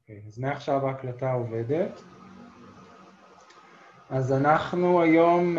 אז מעכשיו ההקלטה עובדת. אז אנחנו היום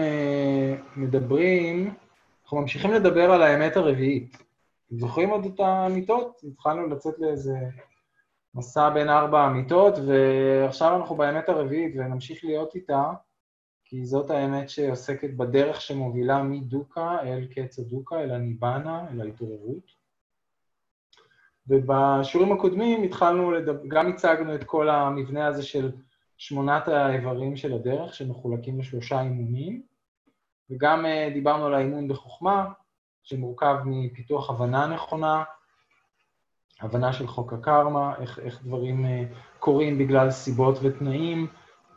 אנחנו ממשיכים לדבר על האמת הרביעית. אתם זוכרים עוד את האמיתות? התחלנו לצאת לאיזה מסע בין 4 אמיתות, ועכשיו אנחנו באמת הרביעית ונמשיך להיות איתה, כי זאת האמת שעוסקת בדרך שמובילה מדוקה אל קץ הדוקה, אל הניבנה, אל ההתעוררות. ובשיעורים הקודמים גם הצגנו את כל המבנה הזה של 8 האיברים של הדרך, שמחולקים ל3 אימונים, וגם דיברנו על האימון בחוכמה, שמורכב מפיתוח הבנה נכונה, הבנה של חוק הקרמה, איך דברים קורים בגלל סיבות ותנאים,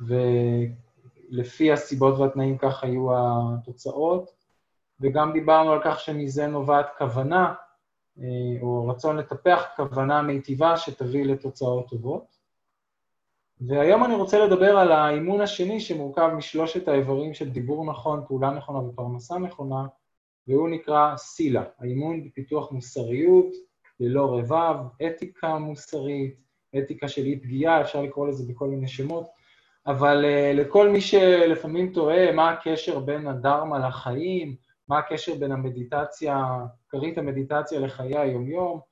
ולפי הסיבות והתנאים כך היו התוצאות, וגם דיברנו על כך שמזה נובעת כוונה, או רצון לטפח כוונה מיטיבה שתביא לתוצאות טובות. והיום אני רוצה לדבר על האימון השני שמורכב מ3 האיברים של דיבור נכון, פעולה נכונה ופרנסה נכונה, והוא נקרא סילה, האימון בפיתוח מוסריות, ללא רבב, אתיקה מוסרית, אתיקה של אי פגיעה, אפשר לקרוא לזה בכל מיני שמות, אבל לכל מי שלפעמים תוהה מה הקשר בין הדרמה לחיים, מה הקשר בין המדיטציה, קרית המדיטציה לחיי היומיום,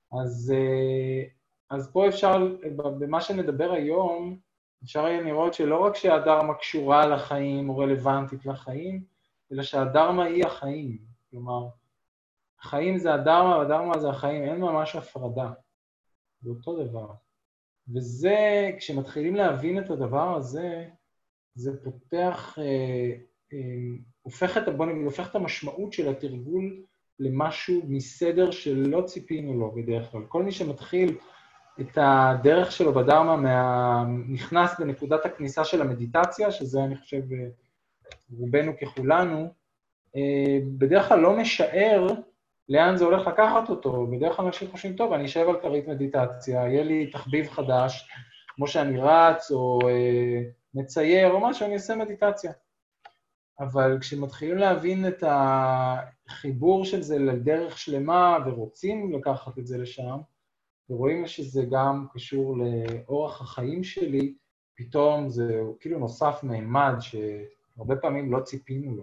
אז פה אפשר, במה שנדבר היום, אפשר יהיה לראות שלא רק שהדרמה קשורה לחיים או רלוונטית לחיים, אלא שהדרמה היא החיים. כלומר, החיים זה הדרמה והדרמה זה החיים, אין ממש הפרדה. זה אותו דבר. וזה, כשמתחילים להבין את הדבר הזה, זה פותח, הופך את המשמעות של התרגול למשהו מסדר שלא ציפינו לו בדרך כלל. כל מי שמתחיל את הדרך שלו בדרמה נכנס לנקודת הכניסה של המדיטציה, שזה אני חושב רובנו ככולנו, בדרך כלל לא משער לאן זה הולך לקחת אותו. בדרך כלל אנשים חושבים, טוב, אני אשב על כרית מדיטציה, יהיה לי תחביב חדש, כמו שאני רץ או מצייר או משהו, אני אעשה מדיטציה. אבל כשמתחילים להבין את החיבור של זה לדרך שלמה ורוצים לקחת את זה לשם, ורואים שזה גם קשור לאורח החיים שלי, פתאום זה כאילו נוסף מימד שהרבה פעמים לא ציפינו לו.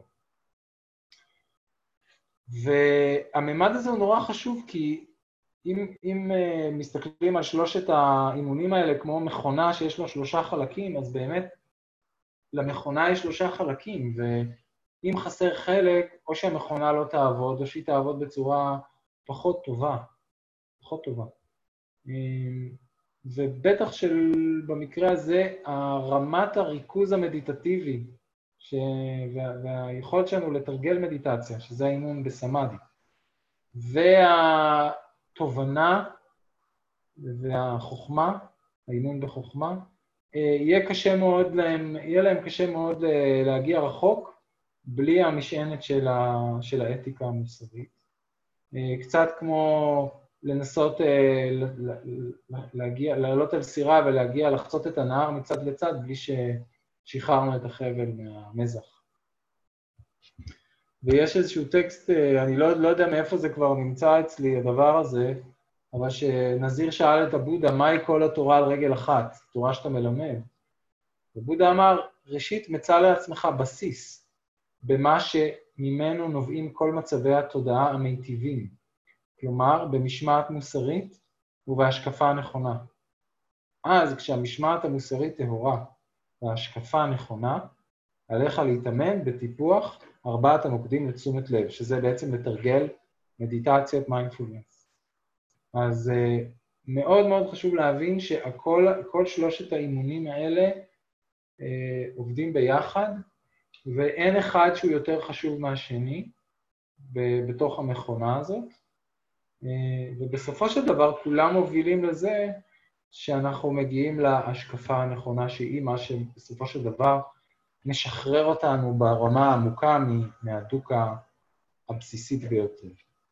והמימד הזה הוא נורא חשוב, כי אם מסתכלים על 3 האימונים האלה כמו מכונה שיש לו 3 חלקים, אז באמת למכונה יש 3 חלקים, ואם חסר חלק, או שהמכונה לא תעבוד, או שהיא תעבוד בצורה פחות טובה. פחות טובה. ובטח במקרה הזה, רמת הריכוז המדיטטיבי, והיכולת שלנו לתרגל מדיטציה, שזה האימון בסמאדי, והתובנה והחוכמה, האימון בחוכמה, יהיה להם קשה מאוד להגיע רחוק, בלי המשענת של האתיקה המוסרית. קצת כמו לנסות לעלות על סירה ולהגיע לחצות את הנהר מצד לצד, בלי ששחררנו את החבל מהמזח. ויש איזשהו טקסט, אני לא יודע מאיפה זה כבר נמצא אצלי, הדבר הזה, אבל שנזיר שאל את הבודה, מהי כל התורה על רגל אחת, תורה שאתה מלמד? ובודה אמר, ראשית מצא לעצמך בסיס, במה שממנו נובעים כל מצבי התודעה המיטיבים, כלומר, במשמעת מוסרית ובהשקפה הנכונה. אז כשהמשמעת המוסרית טהורה וההשקפה הנכונה, עליך להתאמן בטיפוח 4 המוקדים לתשומת לב, שזה בעצם לתרגל מדיטציית מיינדפולנס. אז מאוד מאוד חשוב להבין כל 3 האימונים האלה עובדים ביחד, ואין אחד שהוא יותר חשוב מהשני בתוך המכונה הזאת. ובסופו של דבר כולם מובילים לזה שאנחנו מגיעים להשקפה הנכונה, שהיא מה שבסופו של דבר משחרר אותנו ברמה העמוקה מהדוקה הבסיסית ביותר.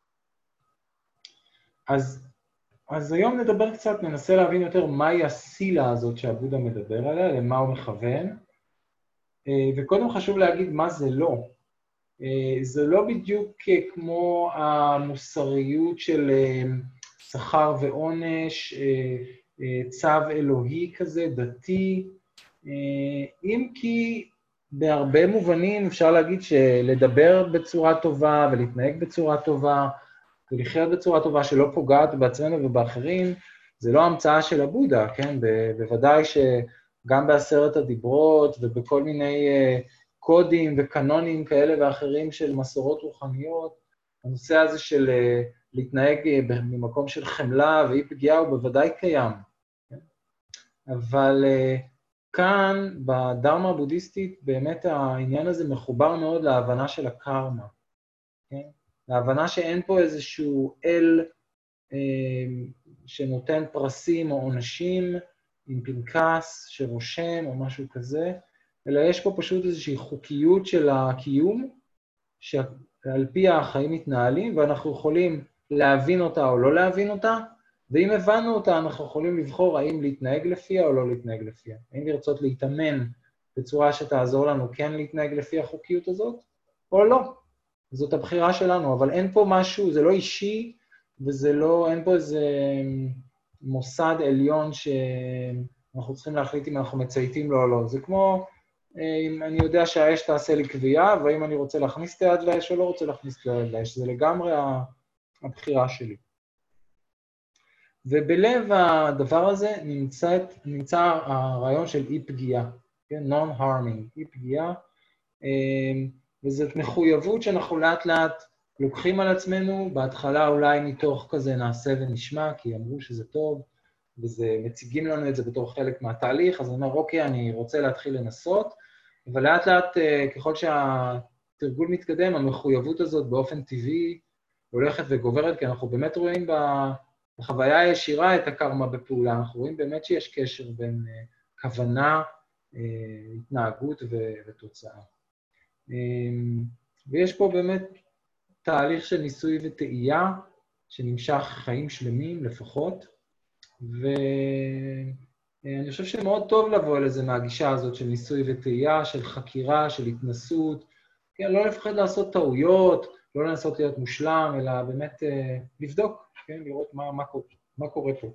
אז היום נדבר קצת, ננסה להבין יותר מהי הסילה הזאת שהבודה מדבר עליה, למה הוא מכוון, וקודם חשוב להגיד מה זה לא. זה לא בדיוק כמו המוסריות של שכר ועונש, צו אלוהי כזה, דתי, אם כי בהרבה מובנים אפשר להגיד שלדבר בצורה טובה ולהתנהג בצורה טובה ולחיות בצורה טובה שלא פוגעת בעצמנו ובאחרים, זה לא המצאה של הבודה, כן? בוודאי שגם בעשרת הדיברות ובכל מיני קודים וקנונים כאלה ואחרים של מסורות רוחניות, הנושא הזה של להתנהג במקום של חמלה ואי פגיעה הוא בוודאי קיים. כן? אבל כאן, בדרמה הבודהיסטית, באמת העניין הזה מחובר מאוד להבנה של הקרמה. כן? להבנה שאין פה איזשהו אל שנותן פרסים או עונשים עם פנקס שרושם או משהו כזה, אלא יש פה פשוט איזושהי חוקיות של הקיום, שעל פי החיים מתנהלים, ואנחנו יכולים להבין אותה או לא להבין אותה, ואם הבנו אותה, אנחנו יכולים לבחור האם להתנהג לפיה או לא להתנהג לפיה. האם לרצות להתאמן בצורה שתעזור לנו כן להתנהג לפי החוקיות הזאת, או לא. זאת הבחירה שלנו, אבל אין פה משהו, זה לא אישי, וזה לא, אין פה איזה מוסד עליון שאנחנו צריכים להחליט אם אנחנו מצייתים לו או לא. זה כמו, אם אני יודע שהאש תעשה לי קביעה, והאם אני רוצה להכניס את היד לאש או לא רוצה להכניס את היד לאש, זה לגמרי הבחירה שלי. ובלב הדבר הזה נמצא הרעיון של אי פגיעה, כן? Non-harming, אי פגיעה, וזאת מחויבות שאנחנו לאט לאט לוקחים על עצמנו, בהתחלה אולי מתוך כזה נעשה ונשמע, כי אמרו שזה טוב, מציגים לנו את זה בתור חלק מהתהליך, אז אני אומר, אוקיי, אני רוצה להתחיל לנסות, אבל לאט לאט, ככל שהתרגול מתקדם, המחויבות הזאת באופן טבעי הולכת וגוברת, כי אנחנו באמת רואים בחוויה הישירה את הקרמה בפעולה, אנחנו רואים באמת שיש קשר בין כוונה, התנהגות ותוצאה. ויש פה באמת תהליך של ניסוי וטעייה, שנמשך חיים שלמים לפחות, ואני חושב שמאוד טוב לבוא לזה מהגישה הזאת של ניסוי וטעייה, של חקירה, של התנסות, כן, לא לפחד לעשות טעויות, לא לנסות להיות מושלם, אלא באמת לבדוק, כן, לראות מה קורה פה.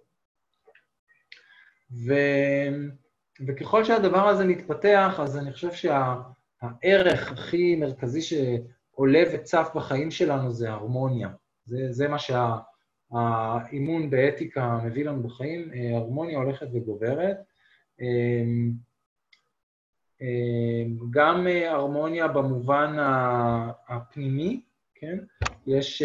וככל שהדבר הזה מתפתח, אז אני חושב שהערך הכי מרכזי שעולה וצף בחיים שלנו זה הרמוניה. זה מה שהאימון באתיקה מביא לנו בחיים, הרמוניה הולכת וגוברת. גם הרמוניה במובן הפנימי, כן? יש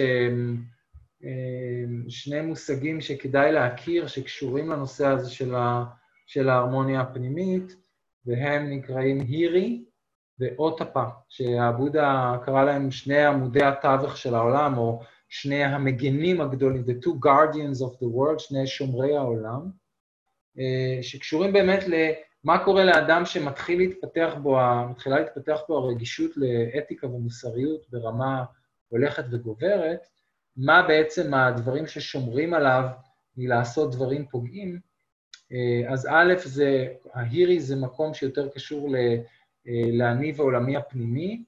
שני מושגים שכדאי להכיר, שקשורים לנושא הזה של ההרמוניה הפנימית, והם נקראים הירי ואוטפה, שהבודה קרא להם שני עמודי התווך של העולם, או שני המגנים הגדולים, the two guardians of the world, שני שומרי העולם, שקשורים באמת למה קורה לאדם שמתחילה להתפתח בו הרגישות לאתיקה ומוסריות ברמה הולכת וגוברת, מה בעצם הדברים ששומרים עליו מלעשות דברים פוגעים. אז א', ההירי זה מקום שיותר קשור להניב העולמי הפנימי,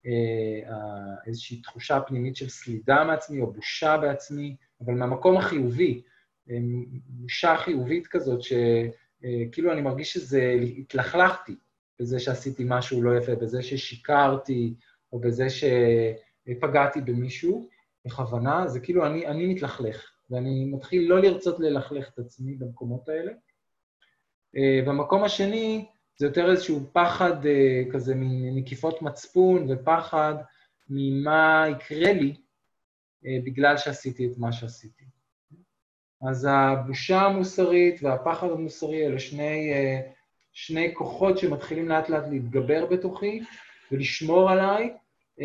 איזושהי תחושה פנימית של סלידה מעצמי או בושה בעצמי, אבל מהמקום החיובי, בושה חיובית כזאת שכאילו אני מרגיש שזה התלכלכתי בזה שעשיתי משהו לא יפה, בזה ששיקרתי או בזה שפגעתי במישהו בכוונה, זה כאילו אני מתלכלך, ואני מתחיל לא לרצות ללכלך את עצמי במקומות האלה. במקום השני, זה יותר איזשהו פחד כזה מנקיפות מצפון ופחד ממה יקרה לי בגלל שעשיתי את מה שעשיתי. אז הבושה המוסרית והפחד המוסרי אלה שני כוחות שמתחילים לאט לאט להתגבר בתוכי ולשמור עליי,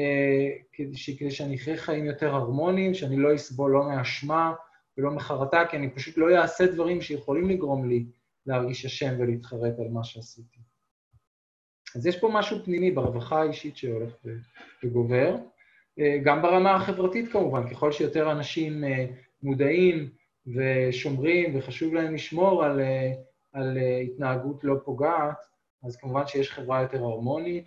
כדי שאני אחיה חיים יותר הרמוניים, שאני לא אסבול לא מאשמה ולא מחרטה, כי אני פשוט לא אעשה דברים שיכולים לגרום לי להרגיש אשם ולהתחרט על מה שעשיתי. אז יש פה משהו פנימי ברווחה האישית שהולך וגובר, גם ברמה החברתית כמובן, ככל שיותר אנשים מודעים ושומרים וחשוב להם לשמור על התנהגות לא פוגעת, אז כמובן שיש חברה יותר הרמונית,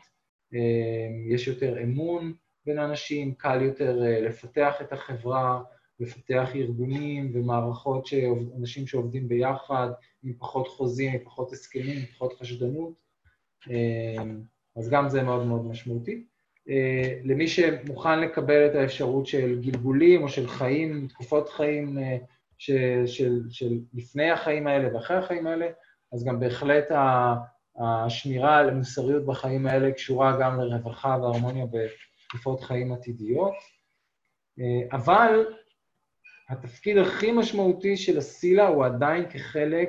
יש יותר אמון בין אנשים, קל יותר לפתח את החברה, לפתח ארגונים ומערכות אנשים שעובדים ביחד, עם פחות חוזים, עם פחות הסכמים, עם פחות חשדנות, אז גם זה מאוד מאוד משמעותי. למי שמוכן לקבל את האפשרות של גלגולים או של חיים, תקופות חיים של לפני החיים האלה ואחרי החיים האלה, אז גם בהחלט השמירה על המוסריות בחיים האלה קשורה גם לרווחה והרמוניה בתקופות חיים עתידיות. אבל התפקיד הכי משמעותי של הסילה הוא עדיין כחלק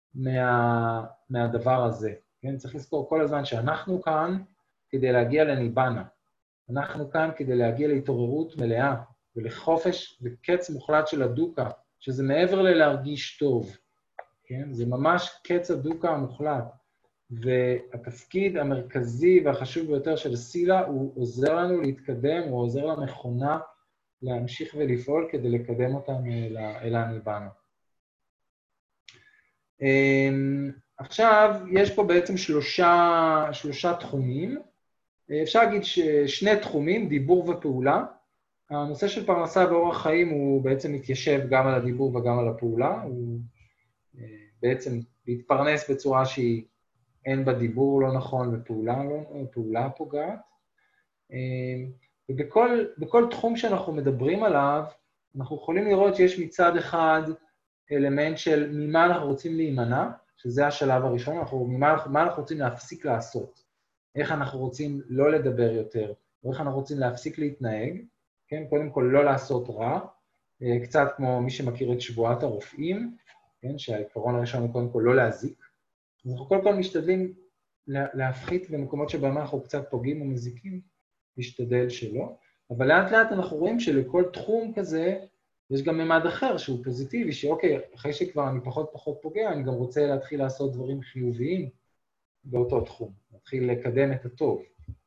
מהדבר הזה. כן? צריך לזכור כל הזמן שאנחנו כאן כדי להגיע לניבנה. אנחנו כאן כדי להגיע להתעוררות מלאה ולחופש וקץ מוחלט של הדוקה, שזה מעבר ללהרגיש טוב. כן? זה ממש קץ הדוקה המוחלט. והתפקיד המרכזי והחשוב ביותר של הסילה הוא עוזר לנו להתקדם, הוא עוזר למכונה להמשיך ולפעול כדי לקדם אותנו אל הניבנה. עכשיו, יש פה בעצם שלושה תחומים. אפשר להגיד ששני תחומים, דיבור ופעולה. הנושא של פרנסה ואורח חיים הוא בעצם מתיישב גם על הדיבור וגם על הפעולה. הוא בעצם להתפרנס בצורה שהיא אין בה דיבור לא נכון ופעולה פוגעת. ובכל תחום שאנחנו מדברים עליו, אנחנו יכולים לראות שיש מצד אחד אלמנט של ממה אנחנו רוצים להימנע, שזה השלב הראשון, מה אנחנו רוצים להפסיק לעשות, איך אנחנו רוצים לא לדבר יותר, או איך אנחנו רוצים להפסיק להתנהג, כן? קודם כל לא לעשות רע, קצת כמו מי שמכיר את שבועת הרופאים, כן? שהעיקרון הראשון הוא קודם כל לא להזיק, אז אנחנו קודם כל משתדלים להפחית במקומות שבהם אנחנו קצת פוגעים ומזיקים, להשתדל שלא, אבל לאט לאט אנחנו רואים שלכל תחום כזה יש גם ממד אחר שהוא פוזיטיבי, שאוקיי, אחרי שכבר אני פחות פוגע, אני גם רוצה להתחיל לעשות דברים חיוביים באותו תחום, להתחיל לקדם את הטוב.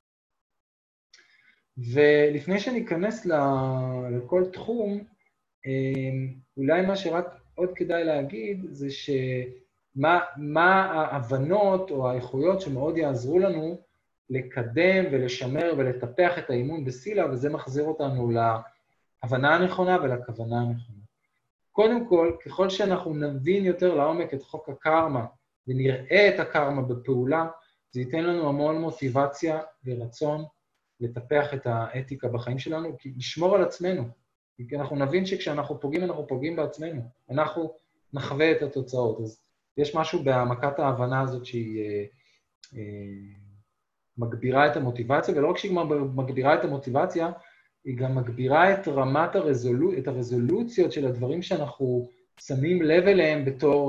ולפני שניכנס לכל תחום, אולי מה שרק עוד כדאי להגיד זה מה ההבנות או האיכויות שמאוד יעזרו לנו לקדם ולשמר ולטפח את האימון בסילה, וזה מחזיר אותנו להבנה הנכונה ולכוונה הנכונה. קודם כל, ככל שאנחנו נבין יותר לעומק את חוק הקרמה, ונראה את הקרמה בפעולה, זה ייתן לנו המון מוטיבציה ורצון לטפח את האתיקה בחיים שלנו, כי לשמור על עצמנו. כי אנחנו נבין שכשאנחנו פוגעים, אנחנו פוגעים בעצמנו. אנחנו נחווה את התוצאות. אז יש משהו בהעמקת ההבנה הזאת שהיא מגבירה את המוטיבציה, ולא רק שהיא מגבירה את המוטיבציה, היא גם מגבירה את רמת הרזולוציות של הדברים שאנחנו שמים לב אליהם בתור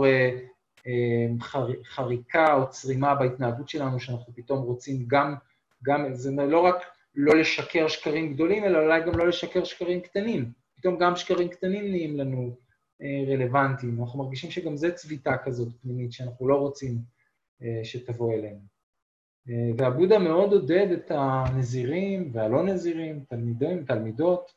חריקה או צרימה בהתנהגות שלנו, שאנחנו פתאום רוצים גם זה לא רק לא לשקר שקרים גדולים, אלא אולי גם לא לשקר שקרים קטנים. פתאום גם שקרים קטנים נהיים לנו רלוונטיים. אנחנו מרגישים שגם זה צביטה כזאת פנימית, שאנחנו לא רוצים שתבוא אלינו. והבודה מאוד עודד את הנזירים והלא נזירים, תלמידים, תלמידות,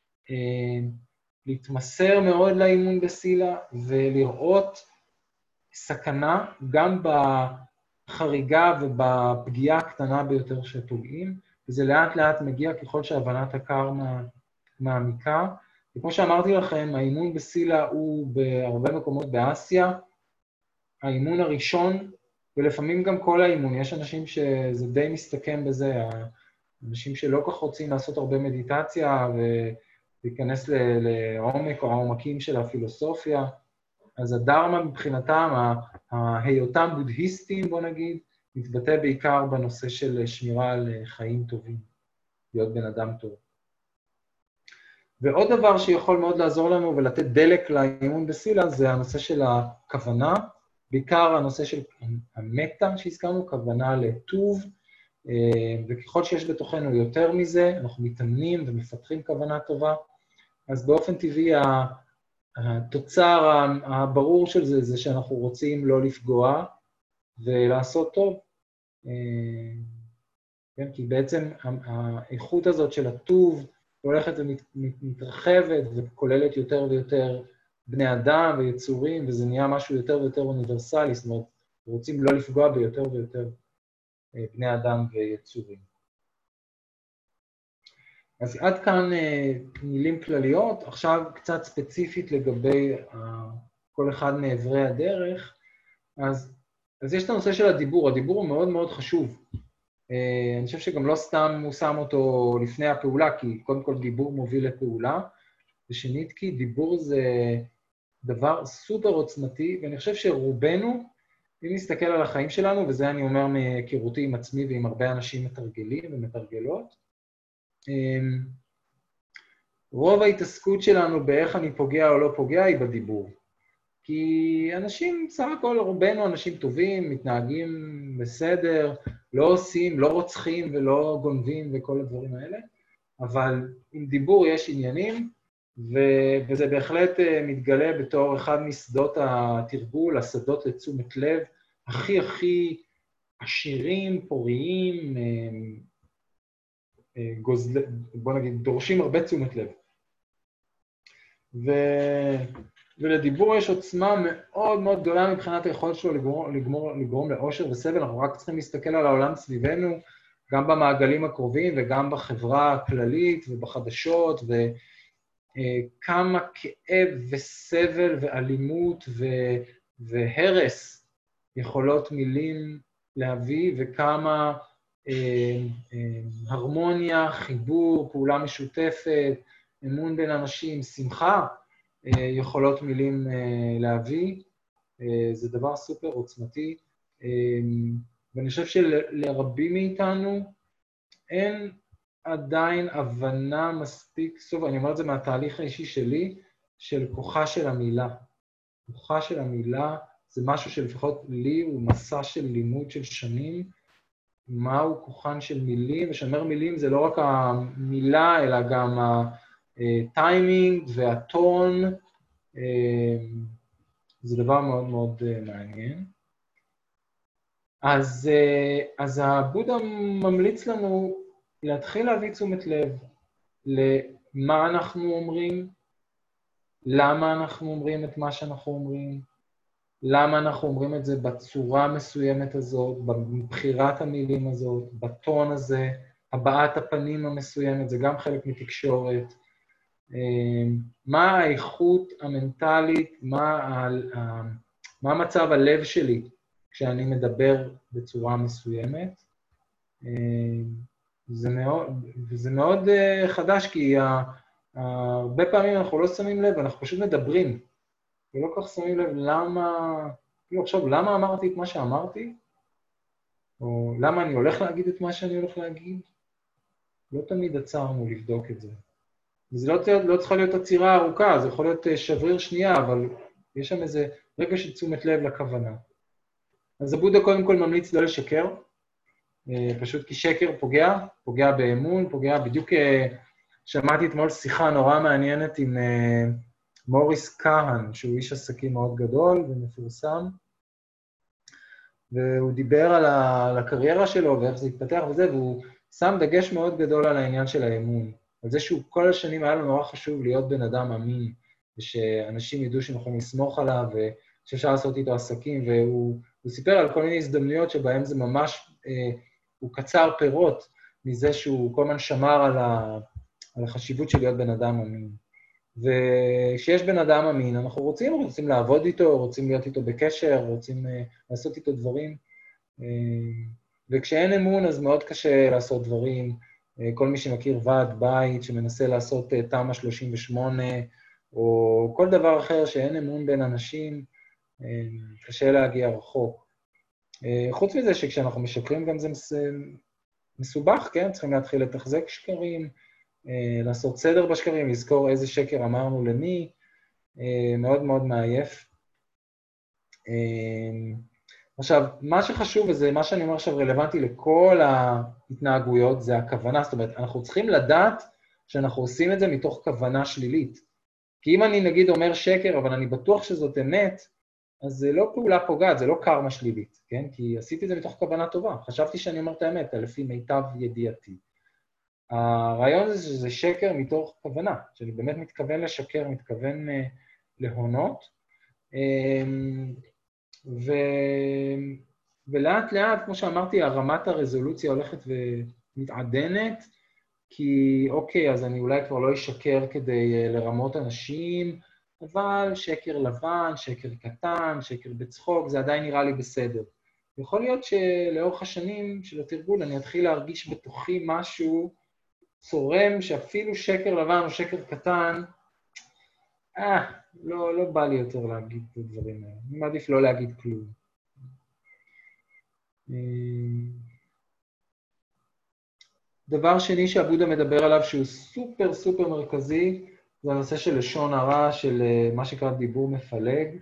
להתמסר מאוד לאימון בסילה ולראות סכנה גם בחריגה ובפגיעה הקטנה ביותר שפוגעים, וזה לאט לאט מגיע ככל שהבנת הקרמה מעמיקה. וכמו שאמרתי לכם, האימון בסילה הוא בהרבה מקומות באסיה, האימון הראשון, ולפעמים גם כל האימון, יש אנשים שזה די מסתכם בזה, אנשים שלא כך רוצים לעשות הרבה מדיטציה ולהיכנס לעומק או העומקים של הפילוסופיה, אז הדרמה מבחינתם, ההיותם בודהיסטים, בוא נגיד, מתבטא בעיקר בנושא של שמירה על חיים טובים, להיות בן אדם טוב. ועוד דבר שיכול מאוד לעזור לנו ולתת דלק לאימון בסילה, זה הנושא של הכוונה, בעיקר הנושא של המטה שהזכרנו, כוונה לטוב, וככל שיש בתוכנו יותר מזה, אנחנו מתאמנים ומפתחים כוונה טובה, אז באופן טבעי התוצר הברור של זה, זה שאנחנו רוצים לא לפגוע ולעשות טוב. כן, כי בעצם האיכות הזאת של הטוב הולכת ומתרחבת וכוללת יותר ויותר בני אדם ויצורים, וזה נהיה משהו יותר ויותר אוניברסלי, זאת אומרת, רוצים לא לפגוע ביותר ויותר בני אדם ויצורים. אז עד כאן מילים כלליות, עכשיו קצת ספציפית לגבי כל אחד מעברי הדרך, אז יש את הנושא של הדיבור. הדיבור הוא מאוד מאוד חשוב. אני חושב שגם לא סתם הוא שם אותו לפני הפעולה, כי קודם כל דיבור מוביל לפעולה, ושנית כי דיבור זה דבר סופר עוצמתי, ואני חושב שרובנו, אם נסתכל על החיים שלנו, וזה אני אומר מהיכרותי עם עצמי ועם הרבה אנשים מתרגלים ומתרגלות, רוב ההתעסקות שלנו באיך אני פוגע או לא פוגע היא בדיבור. כי אנשים, סך הכל רובנו אנשים טובים, מתנהגים בסדר, לא עושים, לא רוצחים ולא גונבים וכל הדברים האלה, אבל עם דיבור יש עניינים, וזה בהחלט מתגלה בתור אחד משדות התרגול, השדות לתשומת לב, הכי הכי עשירים, פוריים, בוא נגיד, דורשים הרבה תשומת לב. ולדיבור יש עוצמה מאוד מאוד גדולה מבחינת היכולת שלו לגרום לאושר וסבל. אנחנו רק צריכים להסתכל על העולם סביבנו, גם במעגלים הקרובים וגם בחברה הכללית ובחדשות, וכמה כאב וסבל ואלימות והרס יכולות מילים להביא, וכמה הרמוניה, חיבור, פעולה משותפת, אמון בין אנשים, שמחה, יכולות מילים להביא. זה דבר סופר עוצמתי, ואני חושב שלרבים מאיתנו אין עדיין הבנה מספיק, סוף, אני אומר את זה מהתהליך האישי שלי, של כוחה של המילה. כוחה של המילה זה משהו שלפחות לי הוא מסע של לימוד של שנים, מהו כוחן של מילים, ושאומר מילים זה לא רק המילה, אלא גם הטיימינג והטון, זה דבר מאוד מאוד מעניין. אז הבודה ממליץ לנו להתחיל להביא תשומת לב למה אנחנו אומרים, למה אנחנו אומרים את מה שאנחנו אומרים, למה אנחנו אומרים את זה בצורה המסוימת הזאת, בבחירת המילים הזאת, בטון הזה, הבעת הפנים המסוימת, זה גם חלק מתקשורת. מה האיכות המנטלית, מה מצב הלב שלי כשאני מדבר בצורה מסוימת. זה מאוד חדש, כי הרבה פעמים אנחנו לא שמים לב, אנחנו פשוט מדברים. ולא כל כך שמים לב למה אמרתי את מה שאמרתי, או למה אני הולך להגיד את מה שאני הולך להגיד. לא תמיד עצרנו לבדוק את זה. וזה לא צריכה להיות עצירה ארוכה, זה יכול להיות שבריר שנייה, אבל יש שם איזה רגע של תשומת לב לכוונה. אז הבודה קודם כל ממליץ לא לשקר, פשוט כי שקר פוגע באמון, פוגע בדיוק, שמעתי אתמול שיחה נורא מעניינת עם מוריס קהן, שהוא איש עסקים מאוד גדול ומפורסם, והוא דיבר על הקריירה שלו ואיך זה התפתח וזה, והוא שם דגש מאוד גדול על העניין של האמון, על זה שהוא כל השנים היה לו נורא חשוב להיות בן אדם אמין, ושאנשים ידעו שהם יכולים לסמוך עליו, ושאפשר לעשות איתו עסקים, והוא סיפר על כל מיני הזדמנויות שבהם זה ממש, הוא קצר פירות מזה שהוא כל הזמן שמר על החשיבות של להיות בן אדם אמין. וכשיש בן אדם אמין, אנחנו רוצים לעבוד איתו, רוצים להיות איתו בקשר, רוצים לעשות איתו דברים, וכשאין אמון אז מאוד קשה לעשות דברים. כל מי שמכיר ועד בית שמנסה לעשות תמ"א 38, או כל דבר אחר שאין אמון בין אנשים, קשה להגיע רחוק. חוץ מזה שכשאנחנו משקרים גם זה מסובך, כן? צריכים להתחיל לתחזק שקרים, לעשות סדר בשקרים, לזכור איזה שקר אמרנו למי, מאוד מאוד מעייף. עכשיו, מה שחשוב, וזה מה שאני אומר עכשיו רלוונטי לכל ההתנהגויות, זה הכוונה. זאת אומרת, אנחנו צריכים לדעת שאנחנו עושים את זה מתוך כוונה שלילית. כי אם אני נגיד אומר שקר, אבל אני בטוח שזאת אמת, אז זה לא פעולה פוגעת, זה לא קרמה שלילית, כן? כי עשיתי את זה מתוך כוונה טובה. חשבתי שאני אומר את האמת, לפי מיטב ידיעתי. הרעיון הזה שזה שקר מתוך כוונה, שאני באמת מתכוון לשקר, מתכוון להונות, ולאט לאט, כמו שאמרתי, הרמת הרזולוציה הולכת ומתעדנת, כי אוקיי, אז אני אולי כבר לא אשקר כדי לרמות אנשים, אבל שקר לבן, שקר קטן, שקר בצחוק, זה עדיין נראה לי בסדר. יכול להיות שלאורך השנים של התרגול אני אתחיל להרגיש בתוכי משהו צורם, שאפילו שקר לבן או שקר קטן, לא בא לי יותר להגיד את הדברים האלה. אני מעדיף לא להגיד כלום. דבר שני שהבודה מדבר עליו, שהוא סופר סופר מרכזי, זה הנושא של לשון הרע, של מה שקרא דיבור מפלג.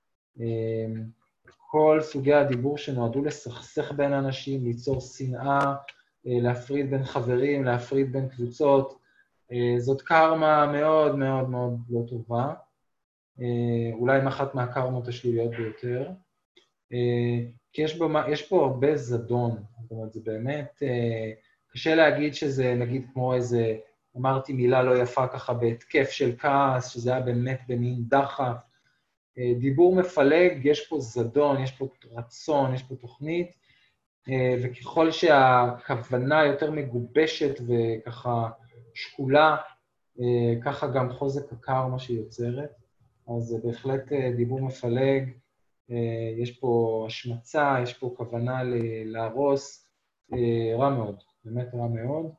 כל סוגי הדיבור שנועדו לסכסך בין אנשים, ליצור שנאה, להפריד בין חברים, להפריד בין קבוצות, זאת קרמה מאוד מאוד מאוד לא טובה. אולי אחת מהקרמות השליליות ביותר. כי יש פה הרבה זדון, זאת אומרת, זה באמת, קשה להגיד שזה נגיד כמו איזה, אמרתי מילה לא יפה ככה בהתקף של כעס, שזה היה באמת במין דחף. דיבור מפלג, יש פה זדון, יש פה רצון, יש פה תוכנית, וככל שהכוונה יותר מגובשת וככה שקולה, ככה גם חוזק הקרמה שהיא יוצרת. אז בהחלט דיבור מפלג, יש פה השמצה, יש פה כוונה להרוס, רע מאוד, באמת רע מאוד.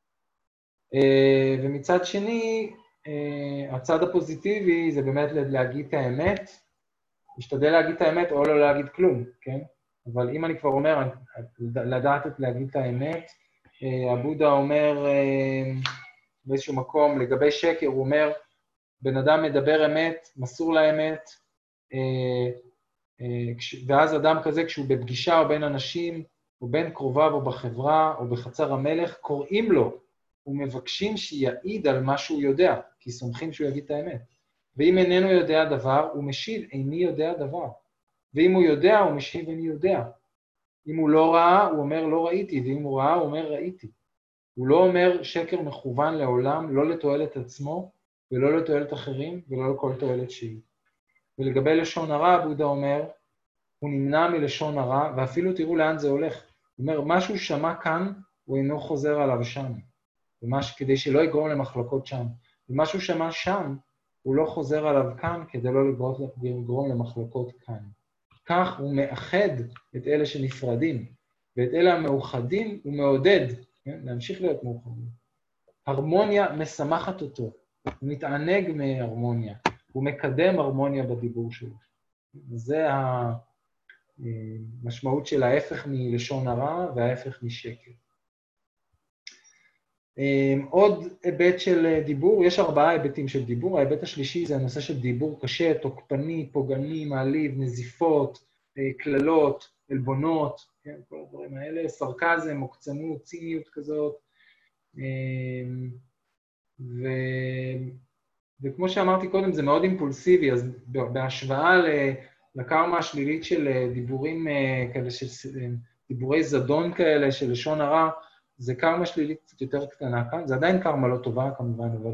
ומצד שני, הצד הפוזיטיבי זה באמת להגיד את האמת, להשתדל להגיד את האמת או לא להגיד כלום, כן? אבל אם אני כבר אומר, לדעת להגיד את האמת, הבודה אומר באיזשהו מקום, לגבי שקר, הוא אומר, בן אדם מדבר אמת, מסור לאמת, ואז אדם כזה, כשהוא בפגישה או בין אנשים, או בין קרוביו או בחברה, או בחצר המלך, קוראים לו, ומבקשים שיעיד על מה שהוא יודע, כי סומכים שהוא יגיד את האמת. ואם איננו יודע דבר, הוא משיב, איני יודע דבר. ואם הוא יודע, הוא משיב, איני יודע. אם הוא לא ראה, הוא אומר, לא ראיתי, ואם הוא ראה, הוא אומר, ראיתי. הוא לא אומר שקר מכוון לעולם, לא לתועלת עצמו, ולא לתועלת אחרים, ולא לכל תועלת שהיא. ולגבי לשון הרע, הבודה אומר, הוא נמנע מלשון הרע, ואפילו תראו לאן זה הולך. הוא אומר, משהו שמע כאן, הוא אינו חוזר עליו שם. כדי שלא יגרום למחלוקות שם. ומשהו שמע שם, הוא לא חוזר עליו כאן, כדי לא לגרום למחלוקות כאן. כך הוא מאחד את אלה שנפרדים, ואת אלה המאוחדים הוא מעודד, כן? להמשיך להיות מאוחדים. הרמוניה משמחת אותו, הוא מתענג מהרמוניה, הוא מקדם הרמוניה בדיבור שלו. זה המשמעות של ההפך מלשון הרע וההפך משקר. עוד היבט של דיבור, יש 4 היבטים של דיבור, ההיבט השלישי זה הנושא של דיבור קשה, תוקפני, פוגעני, מעליב, נזיפות, כללות, עלבונות, כן, כל הדברים האלה, סרקזם, מוקצנות, ציניות כזאת, וכמו שאמרתי קודם, זה מאוד אימפולסיבי, אז בהשוואה לקרמה השלילית של דיבורים כאלה, של דיבורי זדון כאלה, של לשון הרע, זה קרמה שלילית קצת יותר קטנה כאן, זה עדיין קרמה לא טובה כמובן, אבל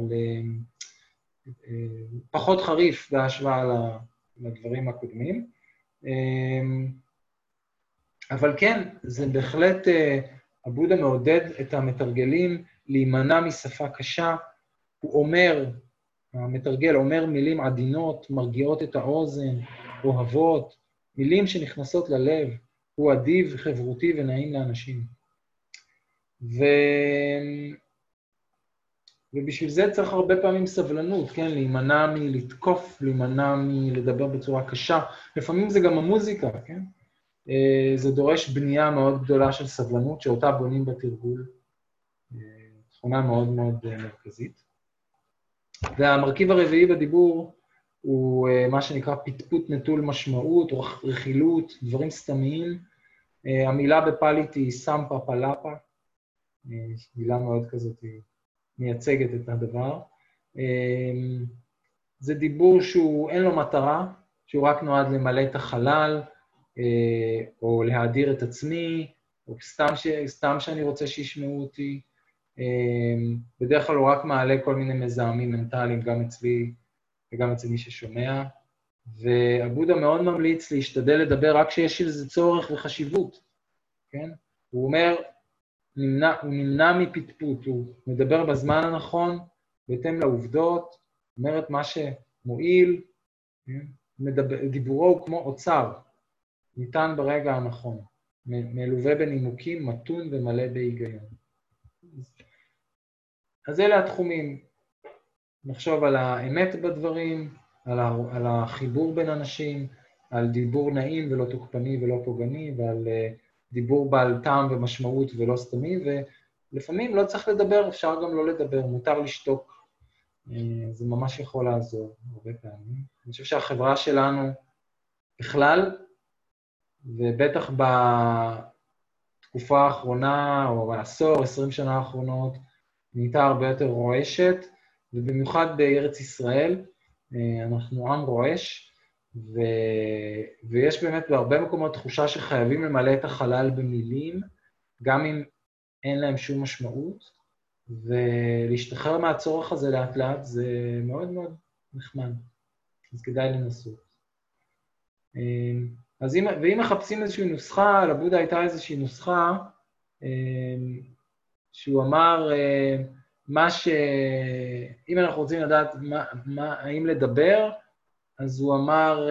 פחות חריף בהשוואה לדברים הקודמים. אבל כן, זה בהחלט, הבודה מעודד את המתרגלים להימנע משפה קשה, הוא אומר, המתרגל אומר מילים עדינות, מרגיעות את האוזן, אוהבות, מילים שנכנסות ללב, הוא אדיב, חברותי ונעים לאנשים. ובשביל זה צריך הרבה פעמים סבלנות, כן? להימנע מלתקוף, להימנע מלדבר בצורה קשה. לפעמים זה גם המוזיקה, כן? זה דורש בנייה מאוד גדולה של סבלנות, שאותה בונים בתרגול. תכונה מאוד מאוד מרכזית. והמרכיב הרביעי בדיבור הוא מה שנקרא פטפוט נטול משמעות, או רכילות, דברים סתמיים. המילה בפלית היא סמפה פלאפה, מילה מאוד כזאת מייצגת את הדבר. זה דיבור שהוא אין לו מטרה, שהוא רק נועד למלא את החלל, או להאדיר את עצמי, או סתם שאני רוצה שישמעו אותי. בדרך כלל הוא רק מעלה כל מיני מזהמים מנטליים, גם אצלי וגם אצל מי ששומע. והבודה מאוד ממליץ להשתדל לדבר רק כשיש איזה צורך וחשיבות, כן? הוא אומר, הוא נמנע מפטפוט, הוא מדבר בזמן הנכון, בהתאם לעובדות, אומר את מה מועיל, דיבורו הוא כמו אוצר, ניתן ברגע הנכון, מלווה בנימוקים, מתון ומלא בהיגיון. אז אלה התחומים, נחשוב על האמת בדברים, על החיבור בין אנשים, על דיבור נעים ולא תוקפני ולא פוגעני, ועל דיבור בעל טעם ומשמעות ולא סתמי, ולפעמים לא צריך לדבר, אפשר גם לא לדבר, מותר לשתוק. זה ממש יכול לעזור הרבה פעמים. אני חושב שהחברה שלנו בכלל, ובטח בתקופה האחרונה, או בעשור, 20 שנה האחרונות, נהייתה הרבה יותר רועשת, ובמיוחד בארץ ישראל, אנחנו עם רועש, ויש באמת בהרבה מקומות תחושה שחייבים למלא את החלל במילים, גם אם אין להם שום משמעות, ולהשתחרר מהצורך הזה לאט לאט זה מאוד מאוד נחמד, אז כדאי לנסות. ואם מחפשים איזושהי נוסחה, לבודה הייתה איזושהי נוסחה, שהוא אמר, אם אנחנו רוצים לדעת האם לדבר, אז הוא אמר,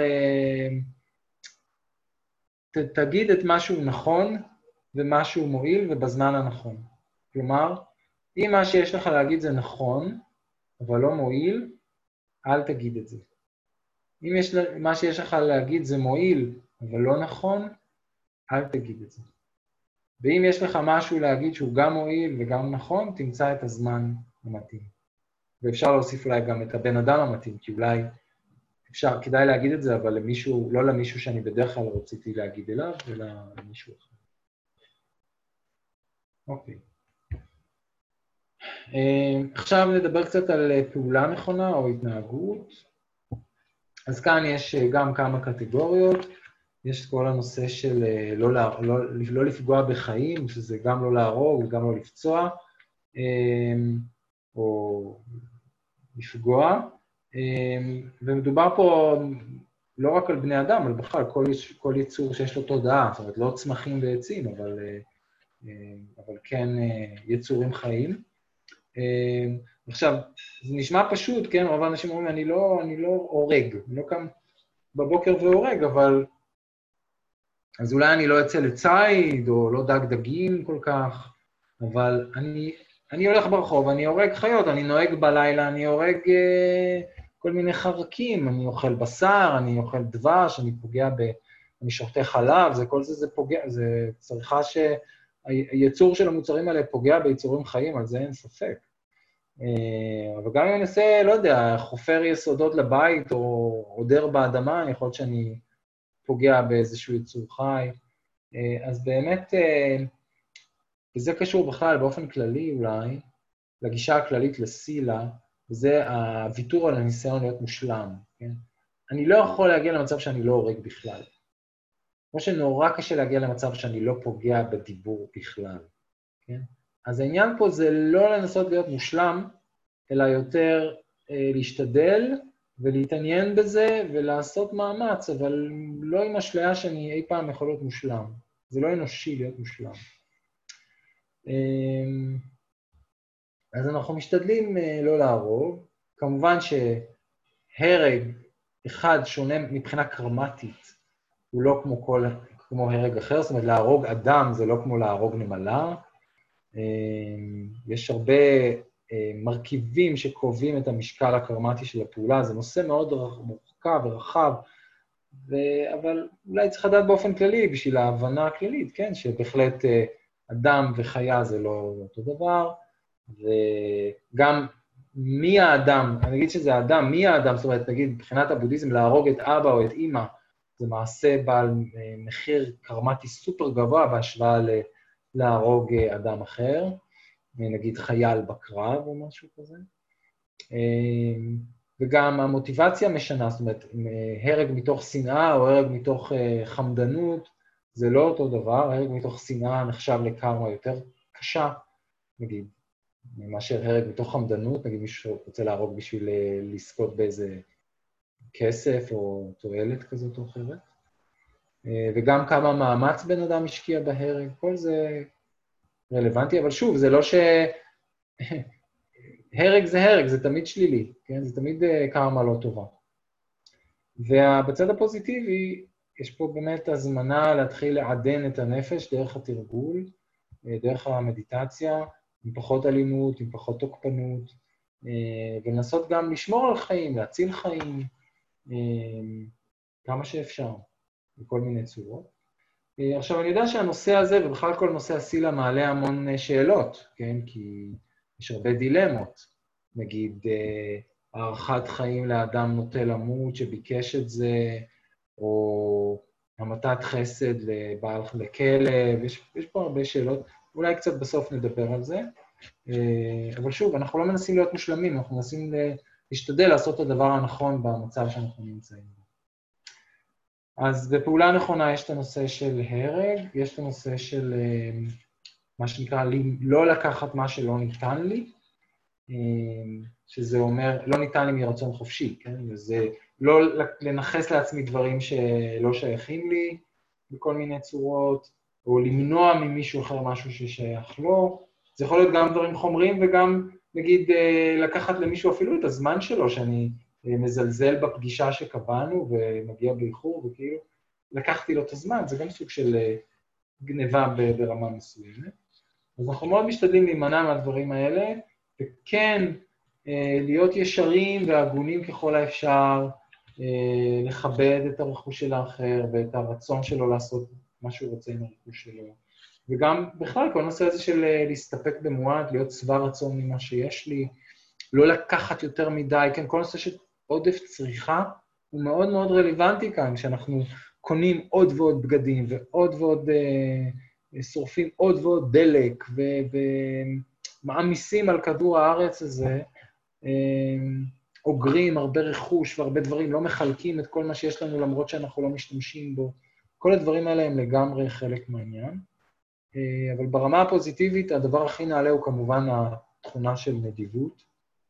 תגיד את משהו נכון ומשהו מועיל ובזמן הנכון. כלומר, אם מה שיש לך להגיד זה נכון, אבל לא מועיל, אל תגיד את זה. אם מה שיש לך להגיד זה מועיל, אבל לא נכון, אל תגיד את זה. ואם יש לך משהו להגיד שהוא גם מועיל וגם נכון, תמצא את הזמן המתאים. ואפשר להוסיף אולי גם את הבן אדם המתאים, כי אולי כדאי להגיד את זה, אבל למישהו, לא למישהו שאני בדרך כלל רציתי להגיד אליו, אלא למישהו אחר. אוקיי. עכשיו נדבר קצת על פעולה נכונה או התנהגות. אז כאן יש גם כמה קטגוריות. יש כל הנושא של לא לפגוע בחיים, שזה גם לא להרוג וגם לא לפצוע, או לפגוע. ומדובר פה לא רק על בני אדם, אבל בכלל כל יצור שיש לו תודעה, זאת אומרת, לא צמחים ועצים, אבל כן יצורים חיים. עכשיו, זה נשמע פשוט, כן? רוב האנשים אומרים, אני לא הורג, אני לא קם בבוקר והורג, אבל אז אולי אני לא אצא לציד, או לא דג דגים כל כך, אבל אני הולך ברחוב, אני הורג חיות, אני נוהג בלילה, אני הורג כל מיני חרקים, אני אוכל בשר, אני אוכל דבש, אני שותה חלב, כל זה פוגע, זה צריכה שהייצור של המוצרים האלה פוגע ביצורים חיים, על זה אין ספק. אבל גם אם אני אעשה, לא יודע, חופר יסודות לבית, או עודר באדמה, אני יכול שאני פוגע באיזשהו יצור חי. אז באמת, וזה קשור בכלל באופן כללי אולי, לגישה הכללית לסילה, וזה הוויתור על הניסיון להיות מושלם. כן? אני לא יכול להגיע למצב שאני לא הורג בכלל. כמו שנורא קשה להגיע למצב שאני לא פוגע בדיבור בכלל. כן? אז העניין פה זה לא לנסות להיות מושלם, אלא יותר להשתדל ולהתעניין בזה ולעשות מאמץ, אבל לא עם אשליה שאני אי פעם יכול להיות מושלם. זה לא אנושי להיות מושלם. אז אנחנו משתדלים לא להרוג. כמובן שהרג אחד שונה מבחינה קרמטית, הוא לא כמו הרג אחר, זאת אומרת, להרוג אדם זה לא כמו להרוג נמלה. יש הרבה מרכיבים שקובעים את המשקל הקרמטי של הפעולה, זה נושא מאוד מורכב ורחב, אבל אולי צריך לדעת באופן כללי, בשביל ההבנה הכללית, כן, שבהחלט אדם וחיה זה לא אותו דבר, וגם מי האדם, אני אגיד שזה האדם, מי האדם, זאת אומרת, נגיד, מבחינת הבודהיזם, להרוג את אבא או את אמא, זה מעשה בעל מחיר קרמטי סופר גבוה בהשוואה להרוג אדם אחר, נגיד חייל בקרב או משהו כזה. וגם המוטיבציה משנה, זאת אומרת, הרג מתוך שנאה או הרג מתוך חמדנות, זה לא אותו דבר, הרג מתוך שנאה נחשב לקרמה יותר קשה, נגיד, מאשר הרג מתוך חמדנות, נגיד מישהו רוצה להרוג בשביל לזכות באיזה כסף או תועלת כזאת או אחרת. וגם כמה מאמץ בן אדם השקיע בהרג, כל זה רלוונטי, אבל שוב, זה לא הרג זה הרג, זה תמיד שלילי, כן? זה תמיד קרמה לא טובה. ובצד הפוזיטיבי, יש פה באמת הזמנה להתחיל לעדן את הנפש דרך התרגול, דרך המדיטציה, עם פחות אלימות, עם פחות תוקפנות, ולנסות גם לשמור על חיים, להציל חיים, כמה שאפשר, בכל מיני צורות. עכשיו, אני יודע שהנושא הזה, ובכלל כל נושא הסילה, מעלה המון שאלות, כן? כי יש הרבה דילמות. נגיד, הערכת חיים לאדם נוטה למות שביקש את זה, או המתת חסד לכלב, יש פה הרבה שאלות. אולי קצת בסוף נדבר על זה. אבל שוב, אנחנו לא מנסים להיות מושלמים, אנחנו מנסים להשתדל לעשות את הדבר הנכון במצב שאנחנו נמצאים בו. אז בפעולה נכונה יש את הנושא של הרג, יש את הנושא של מה שנקרא לא לקחת מה שלא ניתן לי, שזה אומר, לא ניתן לי מרצון חופשי, כן? וזה לא לנחס לעצמי דברים שלא שייכים לי בכל מיני צורות, או למנוע ממישהו אחר משהו ששייך לו. זה יכול להיות גם דברים חומריים וגם, נגיד, לקחת למישהו אפילו את הזמן שלו, שאני מזלזל בפגישה שקבענו ומגיע באיחור, וכאילו לקחתי לו את הזמן, זה גם סוג של גניבה ברמה מסוימת. אז אנחנו מאוד משתדלים להימנע מהדברים האלה, וכן להיות ישרים והגונים ככל האפשר, לכבד את הרכוש של האחר ואת הרצון שלו לעשות מה שהוא רוצה עם הרכוש שלו. וגם בכלל כל הנושא הזה של להסתפק במועט, להיות שבע רצון ממה שיש לי, לא לקחת יותר מדי, כן, כל נושא של עודף צריכה הוא מאוד מאוד רלוונטי כאן, כשאנחנו קונים עוד ועוד בגדים ועוד ועוד שורפים עוד ועוד דלק ומעמיסים על כדור הארץ הזה, אוגרים הרבה רכוש והרבה דברים, לא מחלקים את כל מה שיש לנו למרות שאנחנו לא משתמשים בו. כל הדברים האלה הם לגמרי חלק מהעניין. אבל ברמה הפוזיטיבית, הדבר הכי נעלה הוא כמובן התכונה של נדיבות.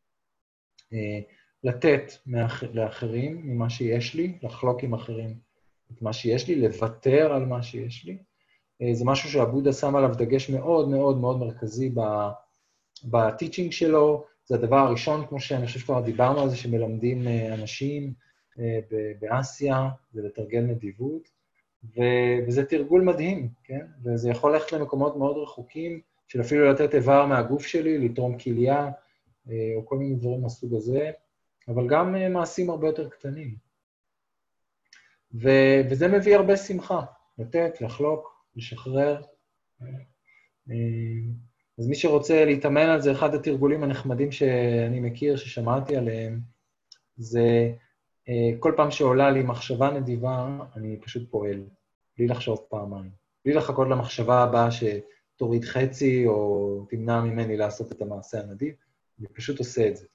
לתת לאחרים ממה שיש לי, לחלוק עם אחרים את מה שיש לי, לוותר על מה שיש לי. זה משהו שהבודה שם עליו דגש מאוד מאוד מאוד מרכזי בטיצ'ינג שלו. זה הדבר הראשון, כמו שאני חושב שכבר דיברנו על זה, שמלמדים אנשים באסיה, זה לתרגל נדיבות, וזה תרגול מדהים, כן? וזה יכול ללכת למקומות מאוד רחוקים, של אפילו לתת איבר מהגוף שלי, לתרום כליה, או כל מיני דברים מהסוג הזה, אבל גם מעשים הרבה יותר קטנים. וזה מביא הרבה שמחה, לתת, לחלוק, לשחרר. אז מי שרוצה להתאמן על זה, אחד התרגולים הנחמדים שאני מכיר, ששמעתי עליהם, זה כל פעם שעולה לי מחשבה נדיבה, אני פשוט פועל, בלי לחשוב פעמיים. בלי לחכות למחשבה הבאה שתוריד חצי, או תמנע ממני לעשות את המעשה הנדיב, אני פשוט עושה את זה.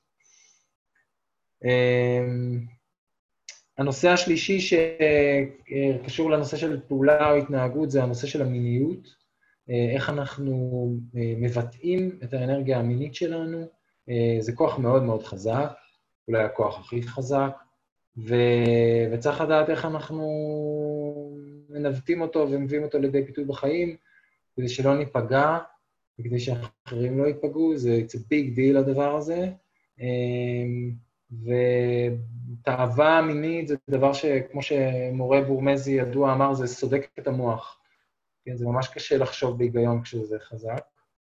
הנושא השלישי שקשור לנושא של פעולה או התנהגות, זה הנושא של המיניות, איך אנחנו מבטאים את האנרגיה המינית שלנו, זה כוח מאוד מאוד חזק, אולי הכוח הכי חזק, וצריך לדעת איך אנחנו מנווטים אותו ומביאים אותו לידי פיתוי בחיים, כדי שלא ניפגע, וכדי שאחרים לא ייפגעו, זה a big deal הדבר הזה, ותאווה מינית זה דבר שכמו שמורה בורמזי ידוע אמר, זה סודק את המוח. כן, זה ממש קשה לחשוב בהיגיון כשזה חזק.